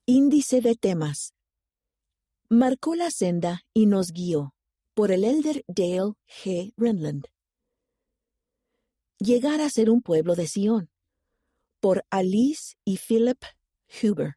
Índice de temas. Marcó la senda y nos guió, por el elder Dale G. Renlund. Llegar a ser un pueblo de Sion, por Alice y Philip Huber.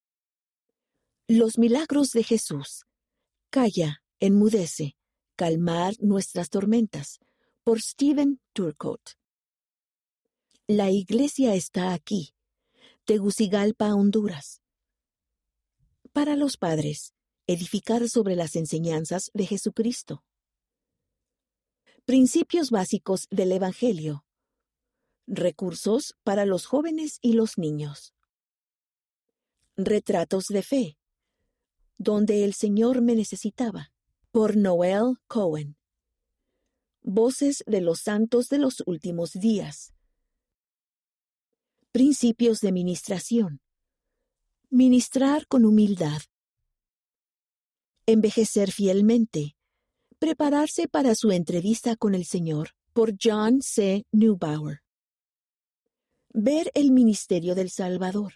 Los milagros de Jesús. Calla, enmudece, calmar nuestras tormentas, por Stephen Turcotte. La iglesia está aquí, Tegucigalpa, Honduras. Para los padres, edificar sobre las enseñanzas de Jesucristo. Principios básicos del Evangelio. Recursos para los jóvenes y los niños. Retratos de fe. Donde el Señor me necesitaba, por Noel Cohen. Voces de los santos de los últimos días. Principios de ministración. Ministrar con humildad. Envejecer fielmente. Prepararse para su entrevista con el Señor, por John C. Neubauer. Ver el ministerio del Salvador.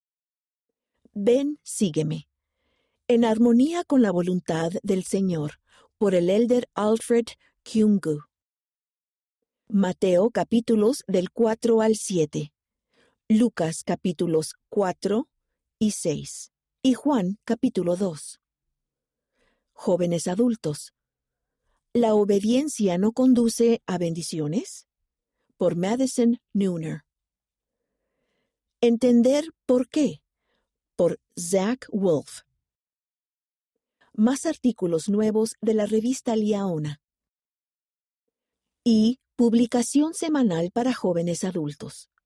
Ven, sígueme. En armonía con la voluntad del Señor, por el elder Alfred Kyungu. Mateo capítulos del 4 al 7. Lucas capítulos 4 y 6. Y Juan capítulo 2. Jóvenes adultos. ¿La obediencia no conduce a bendiciones? Por Madison Neuner. Entender por qué. Por Zach Wolf. Más artículos nuevos de la revista Liaona. Y publicación semanal para jóvenes adultos.